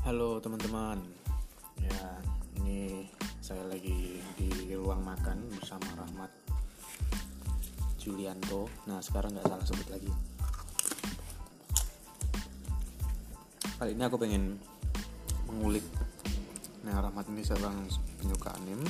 Halo teman-teman. Ya, ini saya lagi di ruang makan bersama Rahmat Julianto. Nah, sekarang nggak salah sebut lagi. Kali ini aku pengen mengulik. Nah, Rahmat ini seorang penyuka anime.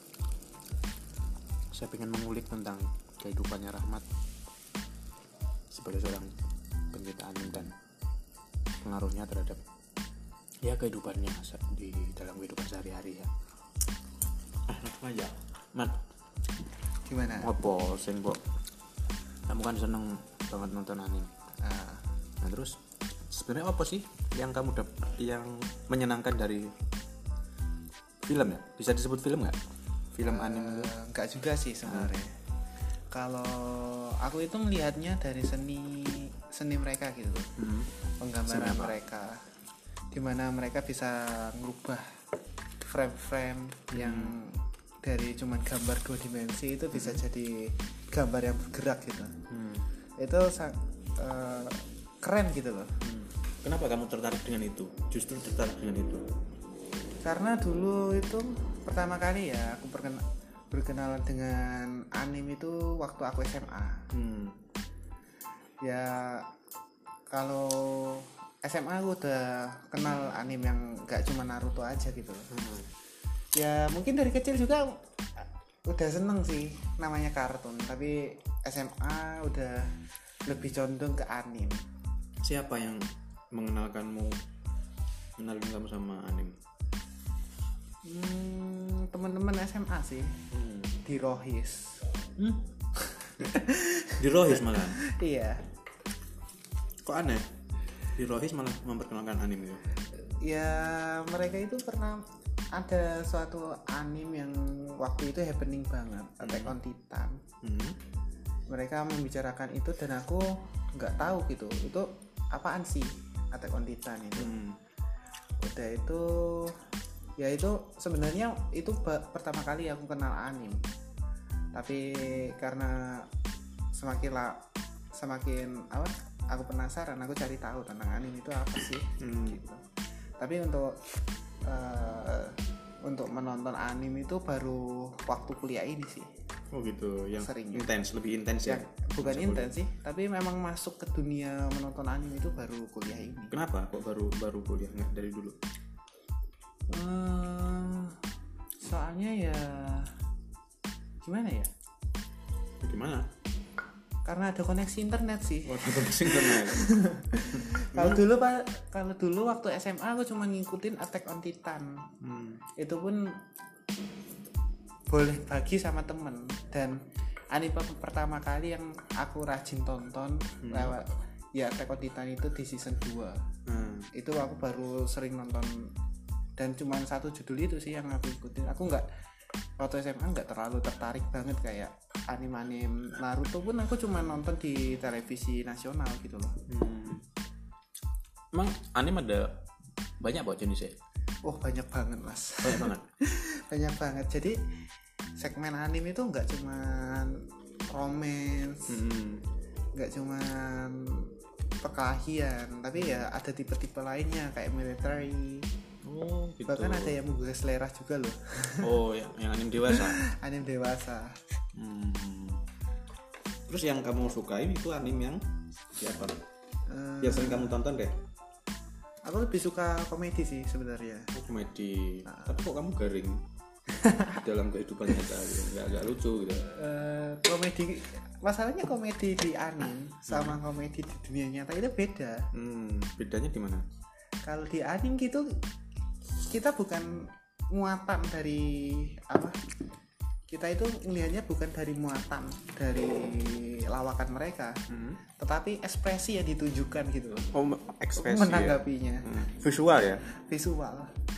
Saya pengen mengulik tentang kehidupannya Rahmat sebagai seorang pencinta anime dan pengaruhnya terhadap kehidupannya di dalam kehidupan sehari-hari ya. Langsung aja. Mat, Gimana? apa sing mbok? Kamu kan seneng banget nonton anime. Nah, terus sebenarnya apa sih yang kamu yang menyenangkan dari film ya? Bisa disebut film nggak? Film anime itu? Enggak juga sih sebenarnya. Kalau aku itu melihatnya dari seni mereka gitu, penggambaran mereka, dimana mereka bisa ngubah frame-frame yang dari cuman gambar 2 dimensi itu bisa jadi gambar yang bergerak gitu. Itu keren gitu loh. Kenapa kamu tertarik dengan itu? Justru tertarik dengan itu? Karena dulu itu pertama kali ya aku berkenalan dengan anime itu waktu aku SMA. Ya kalau SMA aku udah kenal anime yang gak cuma Naruto aja gitu. Ya mungkin dari kecil juga udah seneng sih namanya kartun, tapi SMA udah lebih condong ke anime. Siapa yang mengenalin kamu sama anime? Teman-teman SMA sih. Di Rohis. Di Rohis malah. Iya. Kok aneh? Di Rohis malah memperkenalkan anime itu. Ya mereka itu pernah ada suatu anime yang waktu itu happening banget, Attack on Titan. Mereka membicarakan itu dan aku nggak tahu gitu itu apaan sih Attack on Titan itu. Udah itu ya itu sebenarnya itu pertama kali aku kenal anime, tapi karena semakin aku penasaran, aku cari tahu tentang anime itu apa sih gitu. Tapi untuk menonton anime itu baru waktu kuliah ini sih. Oh gitu, yang sering lebih intens ya? Bukan intens sih, tapi memang masuk ke dunia menonton anime itu baru kuliah ini. Kenapa kok baru kuliah, nggak dari dulu? Soalnya ya gimana ya? Gimana? Karena ada koneksi internet sih. Ada koneksi internet. Kalau dulu waktu SMA aku cuma ngikutin Attack on Titan. Itu pun boleh bagi sama temen. Dan anime pertama kali yang aku rajin tonton lewat ya Attack on Titan itu di season 2. Itu aku baru sering nonton dan cuma satu judul itu sih yang aku ikutin. Aku waktu SMA nggak terlalu tertarik banget kayak anime Naruto pun aku cuma nonton di televisi nasional gitu loh. Emang anime ada banyak kok jenisnya? Oh banyak banget mas. Banyak banget. Banyak banget. Jadi segmen anime itu nggak cuma romance, nggak cuma perkelahian, tapi ya ada tipe-tipe lainnya kayak military. Oh gitu. Bahkan ada yang menggugah selera juga loh. Oh yang anime dewasa. Anime dewasa. Terus yang kamu sukain itu anime yang siapa? Yang sering kamu tonton deh? Aku lebih suka komedi sih sebenarnya. Oh komedi. Tapi kok kamu garing dalam kehidupan nyata? Nggak lucu gitu. Komedi, masalahnya komedi di anime sama komedi di dunia nyata itu beda. Bedanya di mana? Kalau di anime gitu kita bukan muatan dari kita itu melihatnya bukan dari muatan dari lawakan mereka, tetapi ekspresi yang ditunjukkan gitu. Oh, ekspresi menanggapinya. Visual ya? Visual.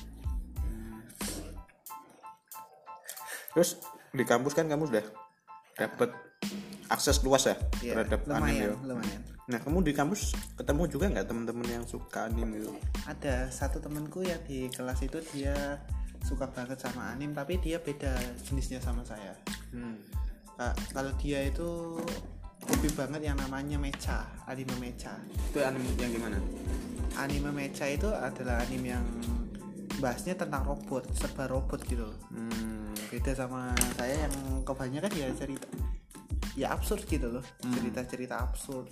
Terus di kampus kan kamu sudah dapat akses luas ya terhadap anime. Lumayan. Nah, kamu di kampus ketemu juga nggak teman-teman yang suka anime itu? Ada satu temanku yang di kelas itu dia suka banget sama anime, tapi dia beda jenisnya sama saya. Kalau dia itu hobi banget yang namanya mecha, anime mecha. Itu anime yang gimana? anime mecha itu adalah anime yang bahasnya tentang robot, serba robot gitu. Beda sama saya yang kebanyakan ya cerita ya absurd gitu loh, cerita-cerita absurd.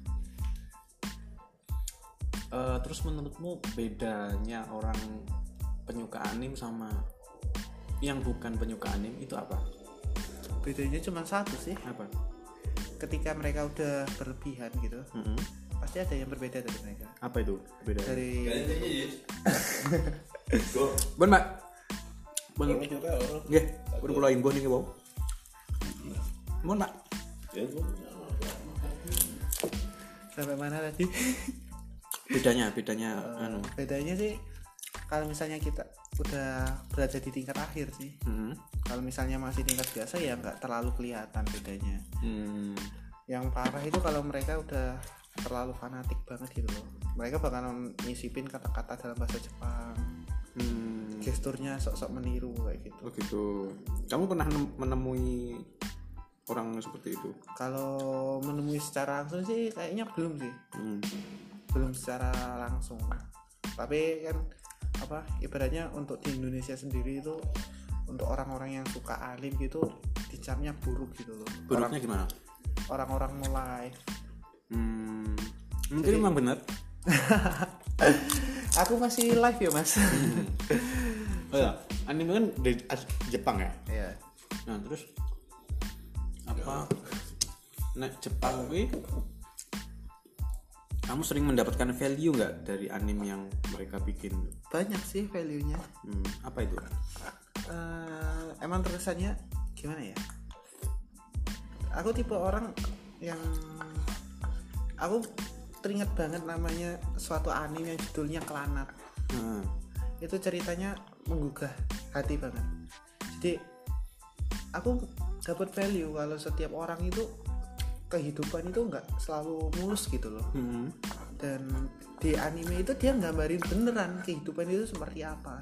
Terus menurutmu bedanya orang penyuka anime sama yang bukan penyuka anime itu apa? Bedanya cuma satu sih. Apa? Ketika mereka udah berlebihan gitu, pasti ada yang berbeda dari mereka. Apa itu beda? Dari Bon Mbak. Bon. Nggih, pun kula imbuh niki wau. Mon Mbak. sampai mana tadi? Bedanya Bedanya sih kalau misalnya kita udah berada di tingkat akhir sih. Kalau misalnya masih tingkat biasa ya nggak terlalu kelihatan bedanya. Yang parah itu kalau mereka udah terlalu fanatik banget gitu loh. Mereka bakalan nyisipin kata-kata dalam bahasa Jepang. Gesturnya sok-sok meniru kayak gitu. Oh gitu. Kamu pernah menemui orang seperti itu? Kalau menemui secara langsung sih kayaknya belum sih. Belum secara langsung. Tapi kan ibaratnya untuk di Indonesia sendiri itu untuk orang-orang yang suka anime gitu dicapnya buruk gitu loh. Buruknya gimana? Orang-orang mulai mungkin memang benar. Aku masih live ya mas. Oh ya, anime kan dari Jepang ya? Iya. Nah terus apa? Nek Jepang gue, kamu sering mendapatkan value nggak dari anime yang mereka bikin? Banyak sih value-nya. Apa itu? Emang terusannya gimana ya? Aku tipe orang yang aku teringat banget namanya suatu anime yang judulnya Clannad. Itu ceritanya menggugah hati banget. Jadi aku dapat value kalau setiap orang itu kehidupan itu nggak selalu mulus gitu loh. Dan di anime itu dia nggambarin beneran kehidupan itu seperti apa.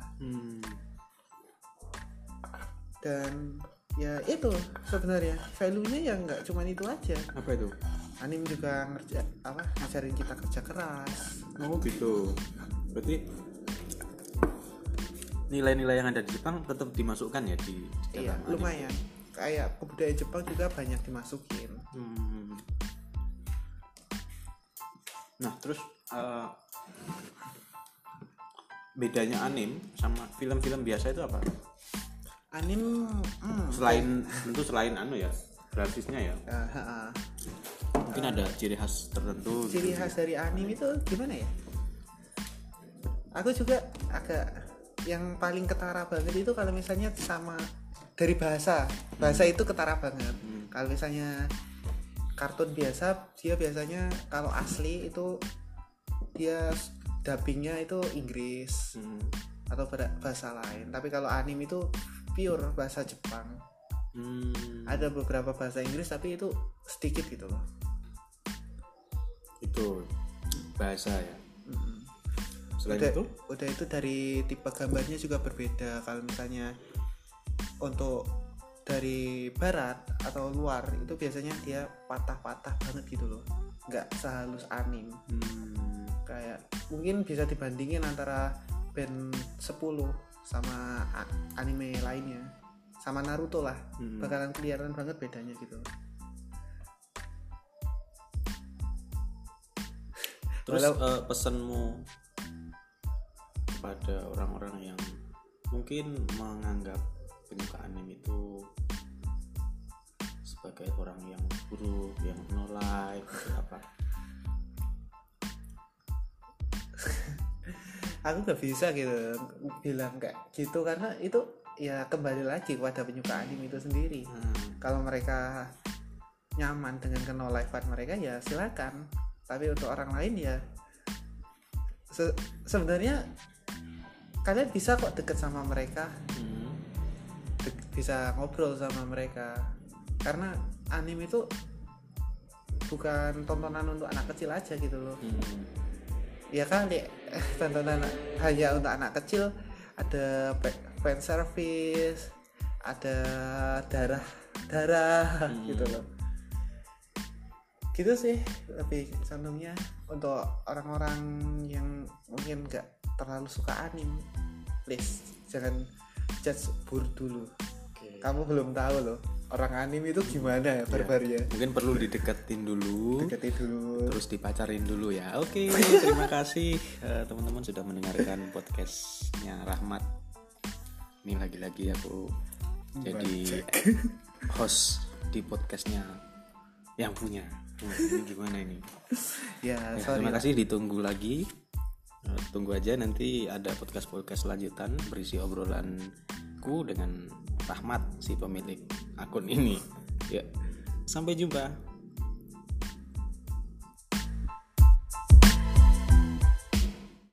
Dan ya itu sebenarnya value-nya yang nggak cuma itu aja. Apa itu? Anime juga ngajarin kita kerja keras. Oh gitu. Berarti nilai-nilai yang ada di Jepang tetap dimasukkan ya di dalam iya, lumayan. Kayak kebudayaan Jepang juga banyak dimasukin. Nah terus bedanya anime sama film-film biasa itu apa? Anime selain ya grafisnya ya. Mungkin ada ciri khas tertentu. Ciri khas dari anime itu gimana ya? Aku juga agak yang paling ketara banget itu kalau misalnya sama dari bahasa itu ketara banget. Kalau misalnya kartun biasa dia biasanya kalau asli itu dia dubbingnya itu Inggris atau bahasa lain. Tapi kalau anime itu pure bahasa Jepang. Ada beberapa bahasa Inggris tapi itu sedikit gitu loh. Itu bahasa ya. Selain udah itu dari tipe gambarnya juga berbeda. Kalau misalnya untuk dari barat atau luar itu biasanya dia patah-patah banget gitu loh, nggak sehalus anime. Kayak mungkin bisa dibandingin antara band 10 sama anime lainnya, sama Naruto lah. Bakalan kelihatan banget bedanya gitu. Terus pesanmu kepada orang-orang yang mungkin menganggap penyuka anime itu sebagai orang yang buruk, yang no life, apa? Aku gak bisa gitu bilang kayak gitu karena itu ya kembali lagi kepada penyuka anime itu sendiri. Kalau mereka nyaman dengan no life-an mereka ya silakan. Tapi untuk orang lain ya sebenarnya kalian bisa kok deket sama mereka, bisa ngobrol sama mereka, karena anime itu bukan tontonan untuk anak kecil aja gitu loh. Ya kali tontonan hanya untuk anak kecil, ada fan service, ada darah gitu loh. Gitu sih lebih condongnya untuk orang-orang yang mungkin nggak terlalu suka anime, please jangan judge Bur dulu. Kamu belum tahu loh orang anime itu gimana ya barbarnya. Mungkin perlu dideketin dulu, terus dipacarin dulu ya. Oke, terima kasih teman-teman sudah mendengarkan podcastnya Rahmat. Ini lagi-lagi aku jadi host di podcastnya yang punya. Ini gimana ini? Ya, terima kasih, ditunggu lagi. Tunggu aja, nanti ada podcast lanjutan berisi obrolanku dengan Rahmat, si pemilik akun ini. Ya, sampai jumpa.